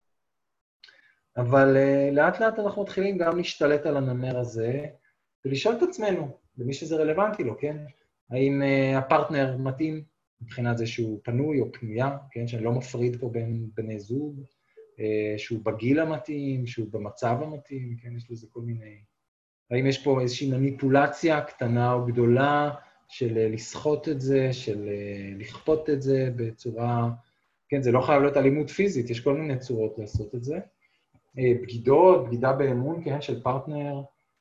אבל לאט לאט אנחנו מתחילים גם להשתלט על הנמר הזה, ולשאול את עצמנו, למי שזה רלוונטי לו, כן? האם הפרטנר מתאים מבחינת זה שהוא פנוי או פנויה, כן? שאני לא מפריד פה בין בני זוג, שהוא בגיל המתאים, שהוא במצב המתאים, כן? יש לזה כל מיני... האם יש פה איזושהי מניפולציה קטנה או גדולה של לסחוט את זה, של לכפות את זה בצורה... כן, זה לא חייב להיות אלימות פיזית, יש כל מיני צורות לעשות את זה. בגידות, בגידה באמון, כן, של פרטנר.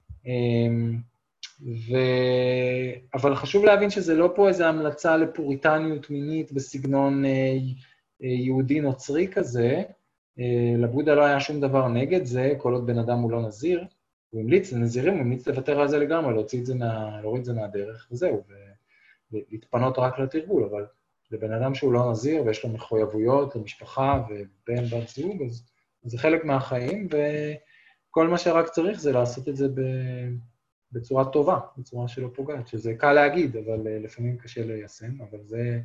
אבל חשוב להבין שזה לא פה איזו המלצה לפוריטניות מינית בסגנון יהודי נוצרי כזה. לבודה לא היה שום דבר נגד זה, כל עוד בן אדם הוא לא נזיר. הוא המליץ לנזירים, הוא המליץ לוותר על זה לגמרי, להוריד את זה מהדרך, וזהו, ולהתפנות רק לתרגול, אבל לבן אדם שהוא לא נזיר ויש לו מחויבויות למשפחה ובן בת זוג, אז זה חלק מהחיים, וכל מה שרק צריך זה לעשות את זה בצורה טובה, בצורה שלא פוגעת, שזה קל להגיד, אבל לפעמים קשה ליישם, אבל זה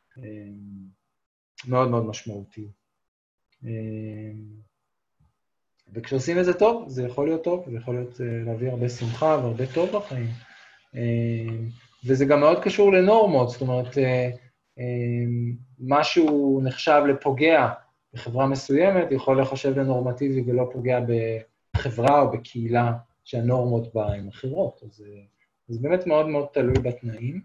מאוד מאוד משמעותי. וכשעושים את זה טוב, זה יכול להיות טוב, זה יכול להיות להביא הרבה שמחה והרבה טוב בחיים. וזה גם מאוד קשור לנורמות, זאת אומרת, משהו נחשב לפוגע בחברה מסוימת, יכול להיחשב לנורמטיבי ולא פוגע בחברה או בקהילה שהנורמות בה הן אחרות. אז זה באמת מאוד מאוד תלוי בתנאים.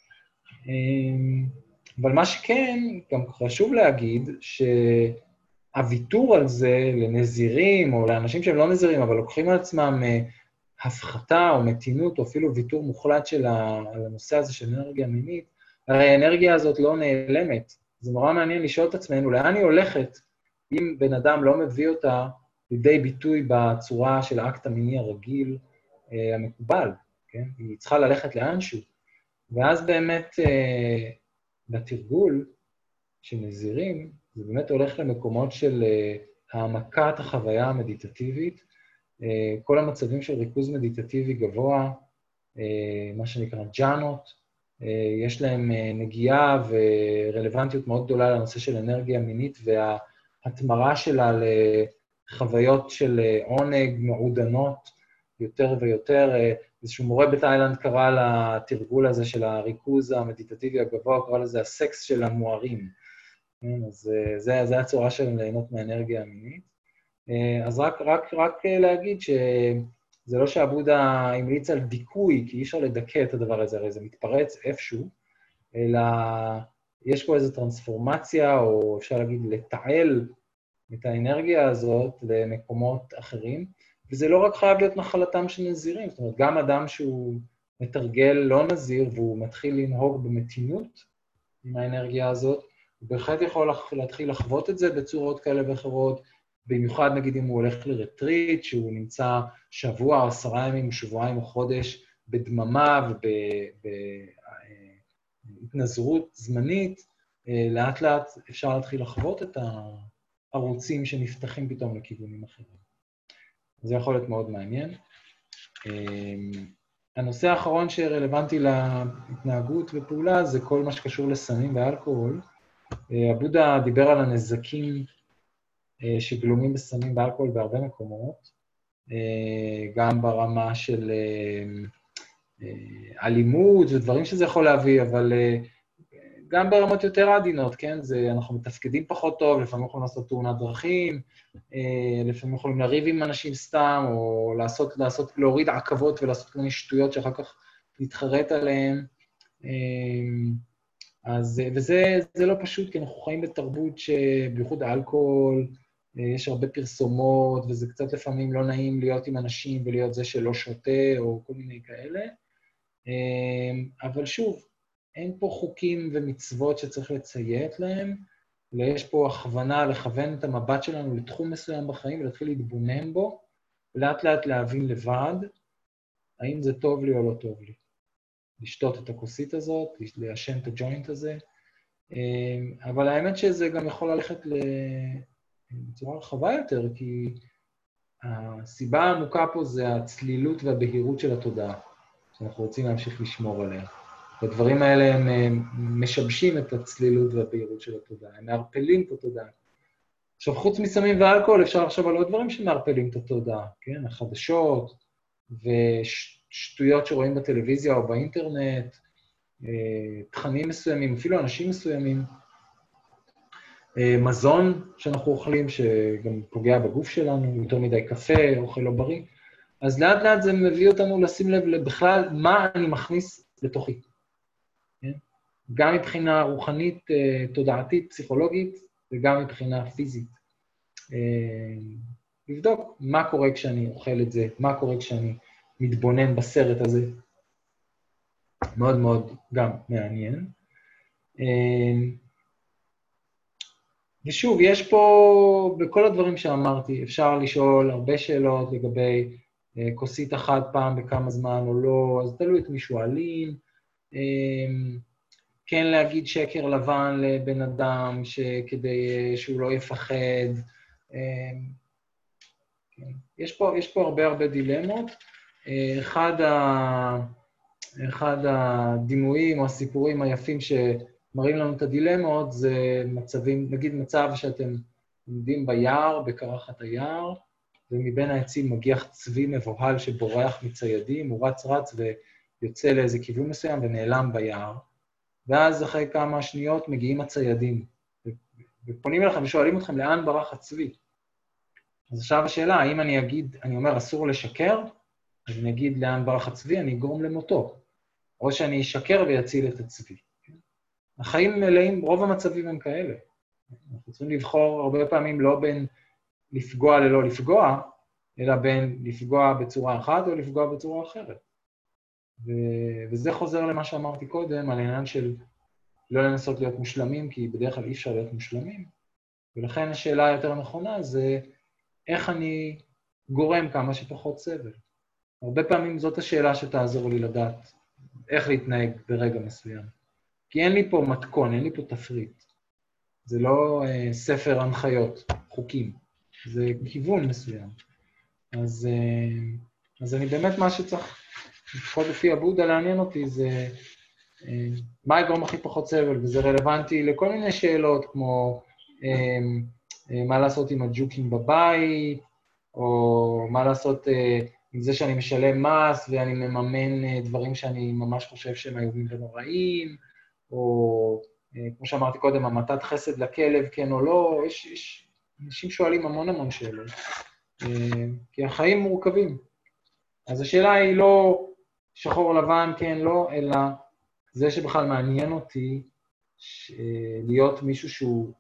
אבל מה שכן, גם חשוב להגיד, שהוויתור על זה לנזירים, או לאנשים שהם לא נזירים, אבל לוקחים על עצמם הפחתה או מתינות, או אפילו ויתור מוחלט על הנושא הזה של אנרגיה מינית, הרי האנרגיה הזאת לא נעלמת. זה נורא מעניין לשאול את עצמנו, לאן היא הולכת אם בן אדם לא מביא אותה לידי ביטוי בצורה של האקט המיני הרגיל המקובל, כן? היא צריכה ללכת לאנשהו. ואז באמת בתרגול של נזירים, זה באמת הולך למקומות של העמקת החוויה המדיטטיבית, כל המצבים של ריכוז מדיטטיבי גבוה, מה שנקרא ג'אנות, יש להם נגיעה ורלוונטיות מאוד גדולה לנושא של אנרגיה מינית, וההתמרה שלה לחוויות של עונג מעודנות יותר ויותר. איזשהו מורה בתאילנד קרא לתרגול הזה של הריכוז המדיטטיבי הגבוה, קרא לזה הסקס של המוארים. אז זה הצורה של ליהנות מהאנרגיה המינית. אז רק להגיד שזה לא שהבודה המליץ על דיכוי, כי אי אפשר לדכא את הדבר הזה, הרי זה מתפרץ איפשהו, אלא יש פה איזו טרנספורמציה, או אפשר להגיד לתעל את האנרגיה הזאת למקומות אחרים, וזה לא רק חייב להיות נחלתם של נזירים, זאת אומרת, גם אדם שהוא מתרגל לא נזיר, והוא מתחיל לנהוג במתינות עם האנרגיה הזאת, הוא בהחלט יכול להתחיל לחוות את זה בצורות כאלה ואחרות, במיוחד נגיד אם הוא הולך לרטריט, שהוא נמצא שבוע או 10 ימים או שבועיים או חודש בדממה ובהתנזרות זמנית, לאט לאט אפשר להתחיל לחוות את הערוצים שנפתחים פתאום לכיוונים אחרים. זה יכול להיות מאוד מעניין. הנושא האחרון שרלוונטי להתנהגות ופעולה זה כל מה שקשור לסמים ואלכוהול. הבודה דיבר על הנזקים שגלומים בסמים ואלכוהול בהרבה מקומות, גם ברמה של אלימות ודברים שזה יכול להביא, אבל גם ברמות יותר עדינות, כן? אנחנו מתפקדים פחות טוב, לפעמים יכולים לעשות תאונת דרכים, לפעמים יכולים לריב עם אנשים סתם, או להוריד עכבות ולעשות כל מיני שטויות שאחר כך להתחרט עליהן. וזה לא פשוט, כי אנחנו חיים בתרבות שבייחוד האלכוהול, יש הרבה פרסומות, וזה קצת לפעמים לא נעים להיות עם אנשים ולהיות זה שלא שותה, או כל מיני כאלה. אבל שוב, אין פה חוקים ומצוות שצריך לציית להם, אלא יש פה הכוונה לכוון את המבט שלנו לתחום מסוים בחיים, ולהתחיל להתבונן בו, ולאט לאט להבין לבד, האם זה טוב לי או לא טוב לי. לשתות את הכוסית הזאת, לעשן את הג'וינט הזה, אבל האמת שזה גם יכול ללכת בצורה רחבה יותר, כי הסיבה העמוקה פה זה הצלילות והבהירות של התודעה, שאנחנו רוצים להמשיך לשמור עליה. והדברים האלה הם משבשים את הצלילות והבהירות של התודעה, הם מערפלים את התודעה. עכשיו, חוץ מסמים ואלכוהול, אפשר לחשוב על עוד דברים שמערפלים את התודעה, כן? החדשות ושטויות שרואים בטלוויזיה או באינטרנט, תכנים מסוימים, אפילו אנשים מסוימים, מזון שאנחנו אוכלים, שגם פוגע בגוף שלנו, יותר מדי קפה, אוכל לא בריא. אז לאט לאט זה מביא אותנו לשים לב בכלל מה אני מכניס לתוכי. גם מבחינה רוחנית, תודעתית, פסיכולוגית, וגם מבחינה פיזית. לבדוק מה קורה כשאני אוכל את זה, מה קורה כשאני מתבונן בסרט הזה. מאוד מאוד גם מעניין. ושוב, יש פה, בכל הדברים שאמרתי, אפשר לשאול הרבה שאלות לגבי כוסית אחת פעם בכמה זמן או לא, אז תלוי את מי שואלים. כן להגיד שקר לבן לבן אדם כדי שהוא לא יפחד. יש פה הרבה דילמות. אחד הדימויים או הסיפורים היפים שמראים לנו את הדילמות, זה מצבים, נגיד מצב שאתם עומדים ביער, בקרחת היער, ומבין העצים מגיח צבי מבוהל שבורח מציידים, הוא רץ ויוצא לאיזה כיוון מסוים ונעלם ביער, ואז אחרי כמה שניות מגיעים הציידים, ופונים אליכם ושואלים אתכם לאן ברח הצבי. אז עכשיו השאלה, האם אני אומר אסור לשקר, אז אני אגיד לאן ברח הצבי, אני אגרום למותו, או שאני אשקר ויציל את הצבי. החיים מלאים, רוב המצבים הם כאלה. אנחנו צריכים לבחור הרבה פעמים לא בין לפגוע ללא לפגוע, אלא בין לפגוע בצורה אחת או לפגוע בצורה אחרת. וזה חוזר למה שאמרתי קודם, על העניין של לא לנסות להיות מושלמים, כי בדרך כלל אי אפשר להיות מושלמים, ולכן השאלה היותר נכונה זה איך אני גורם כמה שפחות סבל. הרבה פעמים זאת השאלה שתעזור לי לדעת איך להתנהג ברגע מסוים. כי אין לי פה מתכון, אין לי פה תפריט. זה לא ספר הנחיות, חוקים. זה כיוון מסוים. אז אני באמת מה שצריך, לפחות לפי הבודה לעניין אותי, זה מה יגרום הכי פחות סבל, וזה רלוונטי לכל מיני שאלות, כמו מה לעשות עם הג'וקים בבית, או מה לעשות עם זה שאני משלם מס ואני מממן דברים שאני ממש חושב שהם איומים ונוראים, או כמו שאמרתי קודם, המתת חסד לכלב, כן או לא, יש אנשים שואלים המון שאלות, כי החיים מורכבים. אז השאלה היא לא שחור לבן, כן, לא, אלא זה שבכלל מעניין אותי להיות מישהו שהוא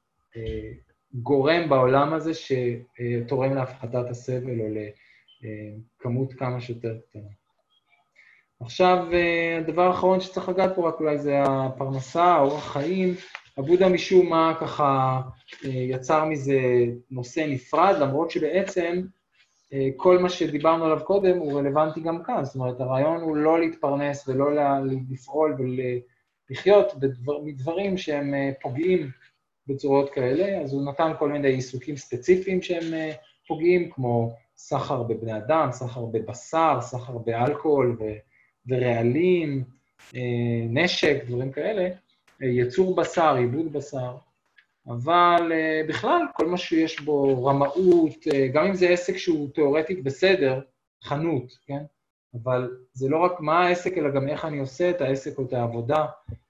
גורם בעולם הזה שתורם להפחתת הסבל או לכמות כמה שיותר קטנה. עכשיו, הדבר האחרון שצריך לגעת פה רק אולי זה הפרנסה, אורח חיים. הבודה משום מה ככה יצר מזה נושא נפרד, למרות שבעצם כל מה שדיברנו עליו קודם הוא רלוונטי גם כאן. זאת אומרת, הרעיון הוא לא להתפרנס ולא לפעול ולחיות מדברים שהם פוגעים בצורות כאלה, אז הוא נתן כל מיני עיסוקים ספציפיים שהם פוגעים, כמו סחר בבני אדם, סחר בבשר, סחר באלכוהול ורעלים, נשק, דברים כאלה, יצור בשר, עיבוד בשר, אבל בכלל, כל מה שיש בו רמאות, גם אם זה עסק שהוא תיאורטית בסדר, חנות, כן? אבל זה לא רק מה העסק, אלא גם איך אני עושה את העסק או את העבודה.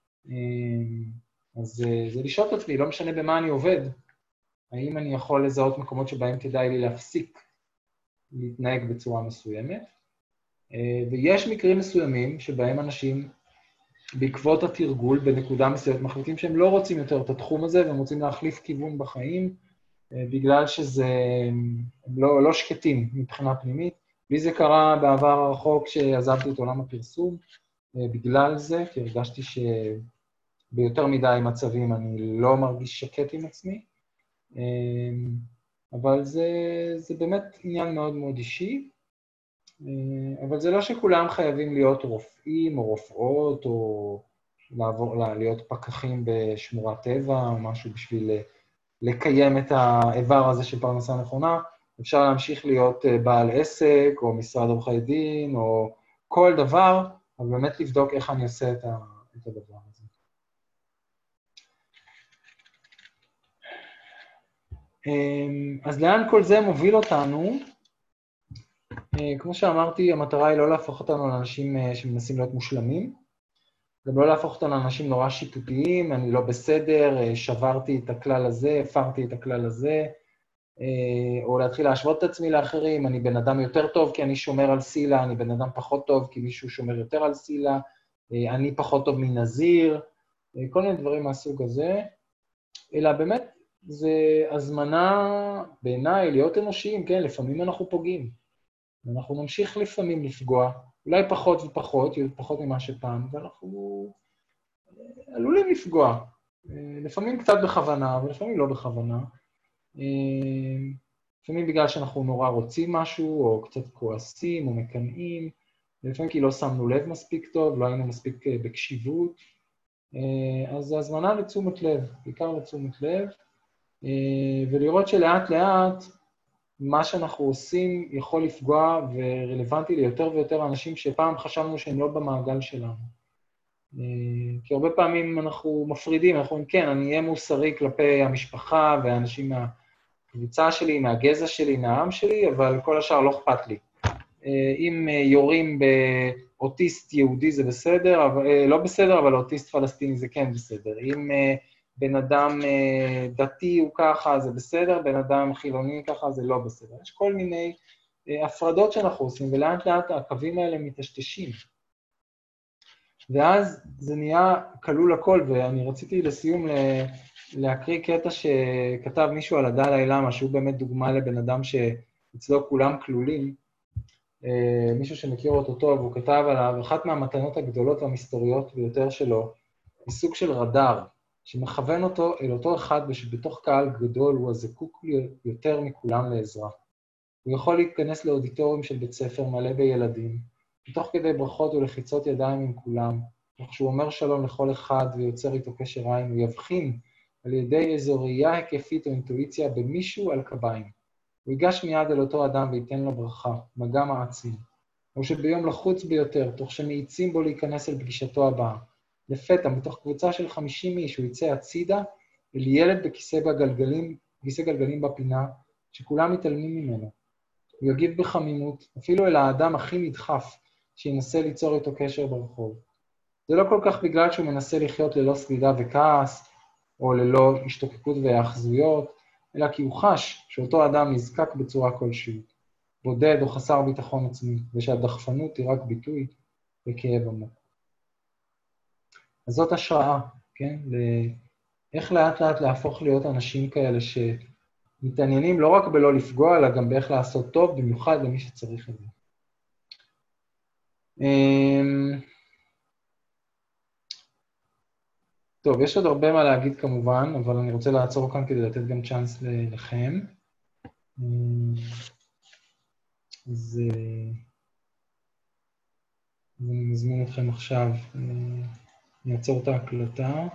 אז זה לשאול את עצמי, לא משנה במה אני עובד, האם אני יכול לזהות מקומות שבהם כדאי לי להפסיק להתנהג בצורה מסוימת, ויש מקרים מסוימים שבהם אנשים, בעקבות התרגול בנקודה מסוימת, מחליטים שהם לא רוצים יותר את התחום הזה, והם רוצים להחליף כיוון בחיים, בגלל שזה לא שקטים מבחינה פנימית. לי זה קרה בעבר הרחוק שעזבתי את עולם הפרסום, בגלל זה, כי הרגשתי שביותר מדי מצבים אני לא מרגיש שקט עם עצמי, אבל זה באמת עניין מאוד מאוד אישי, אבל זה לא שכולם חייבים להיות רופאים או רופאות, או להיות פקחים בשמורת טבע, או משהו בשביל לקיים את האיבר הזה של פרנסה נכונה. אפשר להמשיך להיות בעל עסק, או משרד עורכי דין, או כל דבר, אבל באמת לבדוק איך אני עושה את הדבר הזה. אז לאן כל זה מוביל אותנו? כמו שאמרתי, המטרה היא לא להפוך אותנו לאנשים שמנסים להיות מושלמים, גם לא להפוך אותנו לאנשים נורא שיפוטיים, אני לא בסדר, שברתי את הכלל הזה, הפרתי את הכלל הזה, או להתחיל להשוות את עצמי לאחרים, אני בן אדם יותר טוב כי אני שומר על סילה, אני בן אדם פחות טוב כי מישהו שומר יותר על סילה, אני פחות טוב מנזיר, כל מיני דברים מהסוג הזה, אלא באמת זה הזמנה בעיניי להיות אנושיים, כן, לפעמים אנחנו פוגעים. אנחנו נמשיך לפעמים לפגוע, אולי פחות ופחות, פחות ממה שפעם, ואנחנו עלולים לפגוע. לפעמים קצת בכוונה, אבל לפעמים לא בכוונה. לפעמים בגלל שאנחנו נורא רוצים משהו, או קצת כועסים או מקנאים, לפעמים כי לא שמנו לב מספיק טוב, לא היינו מספיק בקשיבות. אז זה הזמנה לתשומת לב, בעיקר לתשומת לב, ולראות שלאט לאט מה שאנחנו עושים יכול לפגוע ורלוונטי ליותר ויותר אנשים שפעם חשבנו שהם לא במעגל שלנו. כי הרבה פעמים אנחנו מפרידים, אנחנו אומרים, כן, אני אהיה מוסרי כלפי המשפחה והאנשים מהקבוצה שלי, מהגזע שלי, מהעם שלי, אבל כל השאר לא אכפת לי. אם יורים באוטיסט יהודי זה בסדר, לא בסדר, אבל אוטיסט פלסטיני זה כן בסדר. אם בן אדם דתי הוא ככה, זה בסדר, בן אדם חילוני ככה, זה לא בסדר. יש כל מיני הפרדות שאנחנו עושים, ולאט לאט הקווים האלה מתשתשים. ואז זה נהיה כלול הכל, ואני רציתי לסיום להקריא קטע שכתב מישהו על הדלאי למה, שהוא באמת דוגמה לבן אדם שאצלו כולם כלולים, מישהו שמכיר אותו טוב, הוא כתב עליו, אחת מהמתנות הגדולות והמסתוריות ביותר שלו, היא סוג של רדאר, שמכוון אותו אל אותו אחד שבתוך קהל גדול הוא הזקוק יותר מכולם לעזרה. הוא יכול להתכנס לאודיטוריום של בית ספר מלא בילדים, ותוך כדי ברכות ולחיצות ידיים עם כולם, וכשהוא אומר שלום לכל אחד ויוצר איתו קשר עין, הוא יבחין על ידי איזו ראייה היקפית או אינטואיציה במישהו על קביים. הוא ייגש מיד אל אותו אדם וייתן לו ברכה, מגע מעצים. או שביום לחוץ ביותר, תוך שמאיצים בו להיכנס אל פגישתו הבאה. לפתע, מתוך קבוצה של 50 איש, הוא יצא הצידה אל ילד בכיסא גלגלים בפינה, שכולם מתעלמים ממנו. הוא יגיב בחמימות, אפילו אל האדם הכי נדחף, שינסה ליצור איתו קשר ברחוב. זה לא כל כך בגלל שהוא מנסה לחיות ללא סלידה וכעס, או ללא השתוקקות והאחזויות, אלא כי הוא חש שאותו אדם נזקק בצורה כלשהי, בודד או חסר ביטחון עצמי, ושהדחפנות היא רק ביטוי וכאב עמוק. אז זאת השראה, כן? איך לאט לאט להפוך להיות אנשים כאלה שמתעניינים לא רק בלא לפגוע, אלא גם באיך לעשות טוב, במיוחד למי שצריך את זה. טוב, יש עוד הרבה מה להגיד כמובן, אבל אני רוצה לעצור כאן כדי לתת גם צ'אנס לכם. אז אני מזמין אתכם עכשיו, אני אעצור את ההקלטה.